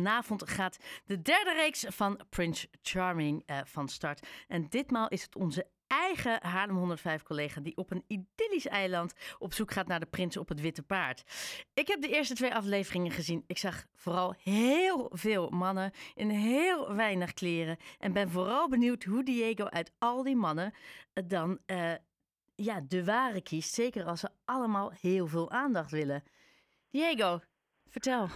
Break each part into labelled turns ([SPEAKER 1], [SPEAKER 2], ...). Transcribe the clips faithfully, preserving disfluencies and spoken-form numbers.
[SPEAKER 1] vanavond gaat de derde reeks van Prince Charming uh, van start. En ditmaal is het onze eigen Haarlem honderdvijf-collega die op een idyllisch eiland op zoek gaat naar de prins op het witte paard. Ik heb de eerste twee afleveringen gezien. Ik zag vooral heel veel mannen in heel weinig kleren. En ben vooral benieuwd hoe Diego uit al die mannen dan uh, ja, de ware kiest. Zeker als ze allemaal heel veel aandacht willen. Diego, vertel.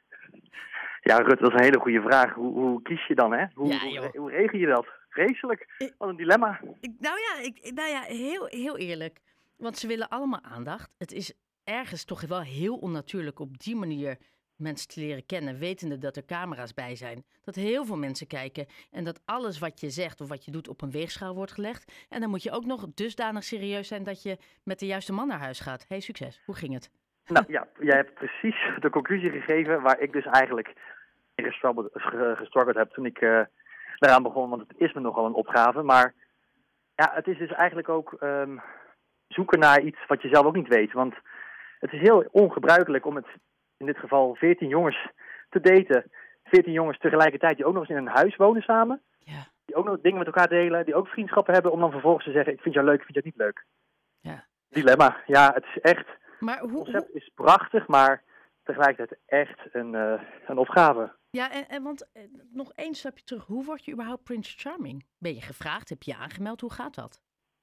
[SPEAKER 2] Ja, Rut, dat is een hele goede vraag. Hoe, hoe kies je dan, hè? Hoe,
[SPEAKER 1] Ja,
[SPEAKER 2] hoe, hoe regel je dat? Vreselijk. Wat een dilemma.
[SPEAKER 1] Ik, nou ja, ik, nou ja heel, heel eerlijk. Want ze willen allemaal aandacht. Het is ergens toch wel heel onnatuurlijk op die manier mensen te leren kennen, wetende dat er camera's bij zijn. Dat heel veel mensen kijken en dat alles wat je zegt of wat je doet op een weegschaal wordt gelegd. En dan moet je ook nog dusdanig serieus zijn dat je met de juiste man naar huis gaat. Hey, succes. Hoe ging het?
[SPEAKER 2] Nou ja, jij hebt precies de conclusie gegeven waar ik dus eigenlijk gestruggeld heb toen ik uh, eraan begon. Want het is me nogal een opgave. Maar ja, het is dus eigenlijk ook um, zoeken naar iets wat je zelf ook niet weet. Want het is heel ongebruikelijk om het, in dit geval veertien jongens te daten. veertien jongens tegelijkertijd die ook nog eens in een huis wonen samen.
[SPEAKER 1] Ja.
[SPEAKER 2] Die ook nog dingen met elkaar delen. Die ook vriendschappen hebben om dan vervolgens te zeggen, ik vind jou leuk, ik vind jou niet leuk.
[SPEAKER 1] Ja.
[SPEAKER 2] Dilemma. Ja, het is echt...
[SPEAKER 1] Maar hoe,
[SPEAKER 2] het concept is prachtig, maar tegelijkertijd echt een, uh, een opgave.
[SPEAKER 1] Ja, en, en want eh, nog één stapje terug. Hoe word je überhaupt Prince Charming? Ben je gevraagd? Heb je je aangemeld? Hoe gaat dat?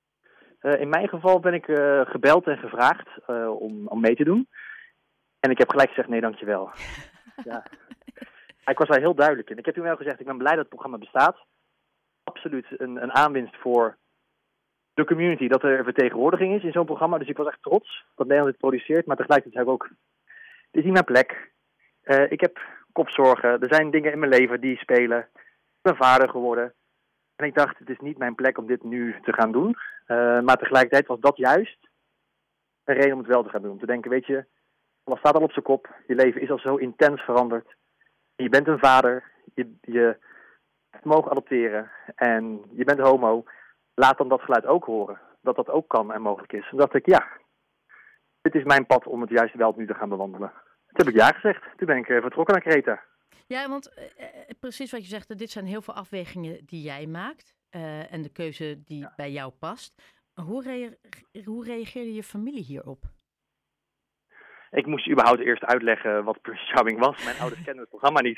[SPEAKER 2] Uh, in mijn geval ben ik uh, gebeld en gevraagd uh, om, om mee te doen. En ik heb gelijk gezegd, nee, dankjewel. Ja. Ik was daar heel duidelijk in. Ik heb toen wel gezegd, ik ben blij dat het programma bestaat. Absoluut een, een aanwinst voor de community dat er vertegenwoordiging is in zo'n programma. Dus ik was echt trots dat Nederland dit produceert. Maar tegelijkertijd heb ik ook, dit is niet mijn plek. Uh, ik heb kopzorgen. Er zijn dingen in mijn leven die spelen. Ik ben vader geworden. En ik dacht, het is niet mijn plek om dit nu te gaan doen. Uh, maar tegelijkertijd was dat juist een reden om het wel te gaan doen. Om te denken, weet je, alles staat al op zijn kop. Je leven is al zo intens veranderd. Je bent een vader. Je, je hebt mogen adopteren. En je bent homo. Laat dan dat geluid ook horen. Dat dat ook kan en mogelijk is. En dacht ik, ja, dit is mijn pad om het juiste wel nu te gaan bewandelen. Toen heb ik ja gezegd. Toen ben ik uh, vertrokken naar Kreta.
[SPEAKER 1] Ja, want uh, precies wat je zegt, dit zijn heel veel afwegingen die jij maakt. Uh, en de keuze die ja. bij jou past. Hoe, rea- hoe reageerde je familie hierop?
[SPEAKER 2] Ik moest überhaupt eerst uitleggen wat Prince Charming was. Mijn ouders kenden het programma niet.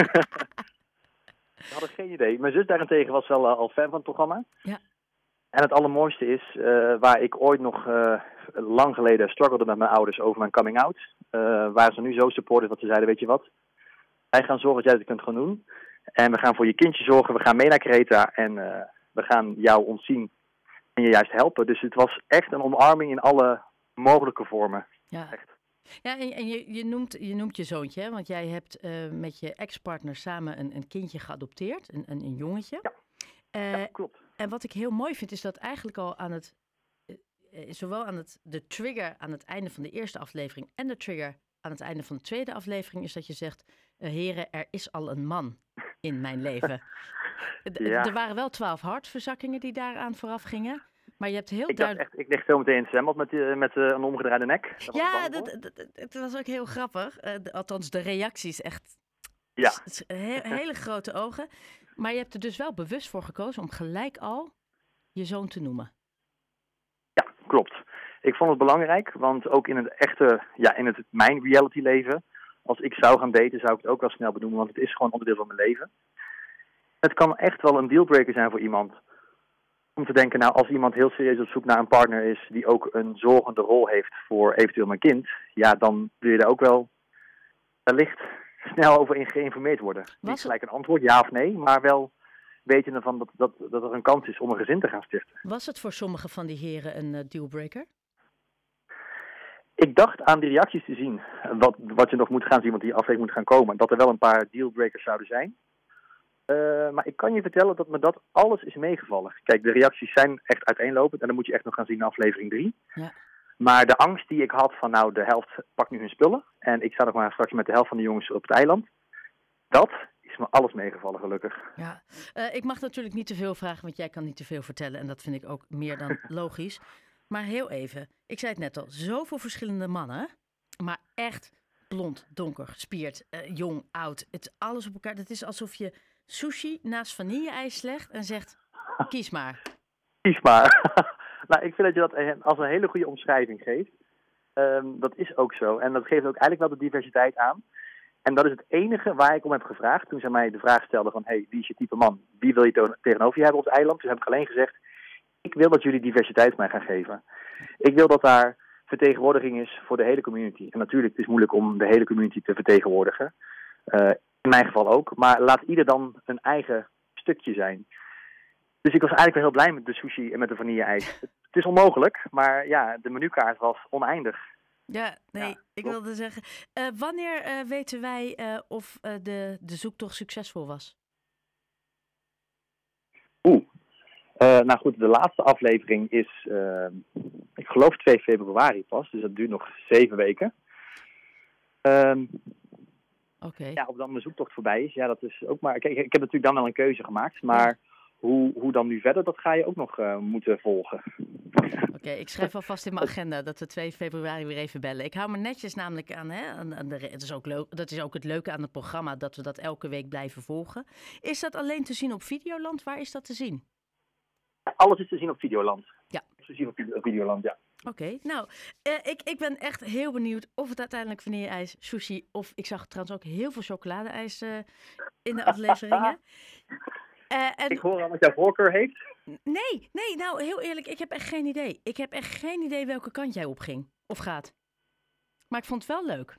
[SPEAKER 2] Ze hadden geen idee. Mijn zus daarentegen was wel uh, al fan van het programma.
[SPEAKER 1] Ja.
[SPEAKER 2] En het allermooiste is, uh, waar ik ooit nog uh, lang geleden struggelde met mijn ouders over mijn coming out. Uh, waren ze nu zo supportive dat ze zeiden, weet je wat, wij gaan zorgen dat jij dit kunt gaan doen. En we gaan voor je kindje zorgen, we gaan mee naar Kreta en uh, we gaan jou ontzien en je juist helpen. Dus het was echt een omarming in alle mogelijke vormen.
[SPEAKER 1] Ja.
[SPEAKER 2] Echt.
[SPEAKER 1] Ja, en, en je, je, noemt, je noemt je zoontje, hè? Want jij hebt uh, met je ex-partner samen een, een kindje geadopteerd, een, een, een jongetje.
[SPEAKER 2] Ja.
[SPEAKER 1] Uh,
[SPEAKER 2] ja, klopt.
[SPEAKER 1] En wat ik heel mooi vind, is dat eigenlijk al aan het, uh, zowel aan het, de trigger aan het einde van de eerste aflevering en de trigger aan het einde van de tweede aflevering, is dat je zegt, uh, heren, er is al een man in mijn leven. D-
[SPEAKER 2] ja.
[SPEAKER 1] Er waren wel twaalf hartverzakkingen die daaraan vooraf gingen. Maar je hebt heel
[SPEAKER 2] ik
[SPEAKER 1] duidelijk...
[SPEAKER 2] dacht echt, ik lig zo meteen in het zwembad met, uh, met uh, een omgedraaide nek.
[SPEAKER 1] Ja, dat, dat, dat, het was ook heel grappig. Uh, de, althans, de reacties echt...
[SPEAKER 2] Ja.
[SPEAKER 1] He, hele grote ogen. Maar je hebt er dus wel bewust voor gekozen om gelijk al je zoon te noemen.
[SPEAKER 2] Ja, klopt. Ik vond het belangrijk, want ook in het echte, ja, in het mijn reality leven, als ik zou gaan daten, zou ik het ook wel snel benoemen, want het is gewoon onderdeel van mijn leven. Het kan echt wel een dealbreaker zijn voor iemand. Om te denken, nou, als iemand heel serieus op zoek naar een partner is die ook een zorgende rol heeft voor eventueel mijn kind, ja, dan wil je daar ook wel wellicht snel over in geïnformeerd worden. Was Niet gelijk een antwoord, ja of nee, maar wel wetende van dat, dat, dat er een kans is om een gezin te gaan stichten.
[SPEAKER 1] Was het voor sommige van die heren een uh, dealbreaker?
[SPEAKER 2] Ik dacht aan die reacties te zien, wat, wat je nog moet gaan zien, want die aflevering moet gaan komen, dat er wel een paar dealbreakers zouden zijn. Uh, maar ik kan je vertellen dat me dat alles is meegevallen. Kijk, de reacties zijn echt uiteenlopend en dan moet je echt nog gaan zien in aflevering drie.
[SPEAKER 1] Ja.
[SPEAKER 2] Maar de angst die ik had van, nou, de helft pakt nu hun spullen en ik sta nog maar straks met de helft van de jongens op het eiland, dat is me alles meegevallen, gelukkig.
[SPEAKER 1] Ja, uh, ik mag natuurlijk niet te veel vragen, want jij kan niet te veel vertellen en dat vind ik ook meer dan logisch. Maar heel even, ik zei het net al, zoveel verschillende mannen, maar echt blond, donker, gespierd, uh, jong, oud. Het alles op elkaar. Het is alsof je sushi naast vanille-ijs legt en zegt, kies maar.
[SPEAKER 2] Kies maar. Nou, ik vind dat je dat als een hele goede omschrijving geeft. Um, dat is ook zo. En dat geeft ook eigenlijk wel de diversiteit aan. En dat is het enige waar ik om heb gevraagd toen zij mij de vraag stelden van, hey, wie is je type man? Wie wil je to- tegenover je hebben op het eiland? Dus heb ik alleen gezegd, ik wil dat jullie diversiteit mij gaan geven. Ik wil dat daar vertegenwoordiging is voor de hele community. En natuurlijk, het is moeilijk om de hele community te vertegenwoordigen. Uh, in mijn geval ook. Maar laat ieder dan een eigen stukje zijn. Dus ik was eigenlijk wel heel blij met de sushi en met de vanille-ijs. Het is onmogelijk, maar ja, de menukaart was oneindig.
[SPEAKER 1] Ja, nee,
[SPEAKER 2] ja,
[SPEAKER 1] ik wilde zeggen. Uh, wanneer uh, weten wij uh, of uh, de, de zoektocht succesvol was?
[SPEAKER 2] Oeh. Uh, nou goed, de laatste aflevering is, uh, ik geloof twee februari pas. Dus dat duurt nog zeven weken. Um, Oké. Okay. Ja, of dan de zoektocht voorbij is. Ja, dat is ook maar. Kijk, ik heb natuurlijk dan wel een keuze gemaakt, maar. Ja. Hoe, hoe dan nu verder, dat ga je ook nog uh, moeten volgen.
[SPEAKER 1] Oké, okay, ik schrijf alvast in mijn agenda dat we twee februari weer even bellen. Ik hou me netjes namelijk aan, hè, aan, aan de, het is ook leuk, dat is ook het leuke aan het programma, dat we dat elke week blijven volgen. Is dat alleen te zien op Videoland? Waar is dat te zien?
[SPEAKER 2] Alles is te zien op Videoland.
[SPEAKER 1] Ja.
[SPEAKER 2] Te zien op Videoland, ja.
[SPEAKER 1] Oké, okay, nou, uh, ik, ik ben echt heel benieuwd of het uiteindelijk vanille-ijs, sushi, of ik zag trouwens ook heel veel chocoladeijs uh, in de afleveringen. Uh, en...
[SPEAKER 2] Ik hoor al wat jouw voorkeur heeft.
[SPEAKER 1] Nee, nee, nou heel eerlijk, ik heb echt geen idee. Ik heb echt geen idee welke kant jij op ging of gaat. Maar ik vond het wel leuk.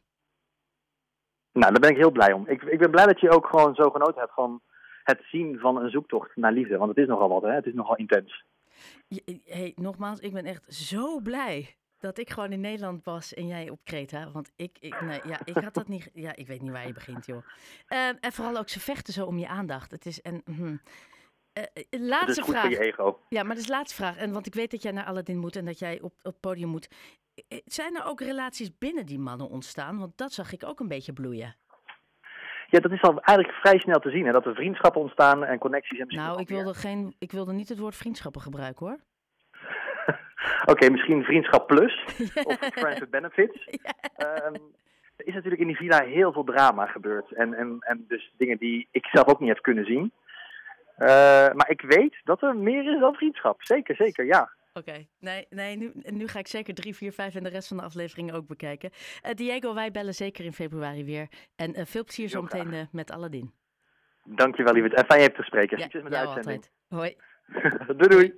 [SPEAKER 2] Nou, daar ben ik heel blij om. Ik, ik ben blij dat je ook gewoon zo genoten hebt van het zien van een zoektocht naar liefde. Want het is nogal wat, hè? Het is nogal intens.
[SPEAKER 1] Je, hey, nogmaals, ik ben echt zo blij dat ik gewoon in Nederland was en jij op Kreta. Want ik, ik, nee, ja, ik had dat niet. Ja, ik weet niet waar je begint, joh. Uh, en vooral ook, ze vechten zo om je aandacht. Het is een. Hmm. Uh, laatste
[SPEAKER 2] dat is goed
[SPEAKER 1] vraag.
[SPEAKER 2] voor je ego.
[SPEAKER 1] Ja, maar dat is de laatste vraag. En want ik weet dat jij naar Aladdin moet en dat jij op, op het podium moet. Zijn er ook relaties binnen die mannen ontstaan? Want dat zag ik ook een beetje bloeien.
[SPEAKER 2] Ja, dat is al eigenlijk vrij snel te zien. Hè? Dat er vriendschappen ontstaan en connecties. En
[SPEAKER 1] nou, ik wilde, geen, ik wilde niet het woord vriendschappen gebruiken, hoor.
[SPEAKER 2] Oké, okay, misschien vriendschap plus. Of friends with benefits. Ja. Um, er is natuurlijk in die villa heel veel drama gebeurd. En, en, en dus dingen die ik zelf ook niet heb kunnen zien. Uh, maar ik weet dat er meer is dan vriendschap. Zeker, zeker, ja.
[SPEAKER 1] Oké, okay. nee, nee nu, nu ga ik zeker drie, vier, vijf en de rest van de afleveringen ook bekijken. Uh, Diego, wij bellen zeker in februari weer. En uh, veel plezier zo meteen uh, met Aladdin.
[SPEAKER 2] Dankjewel, lieverd. En fijn je te spreken.
[SPEAKER 1] Ja,
[SPEAKER 2] succes met de
[SPEAKER 1] jou
[SPEAKER 2] uitzending.
[SPEAKER 1] Altijd. Hoi.
[SPEAKER 2] doei, doei.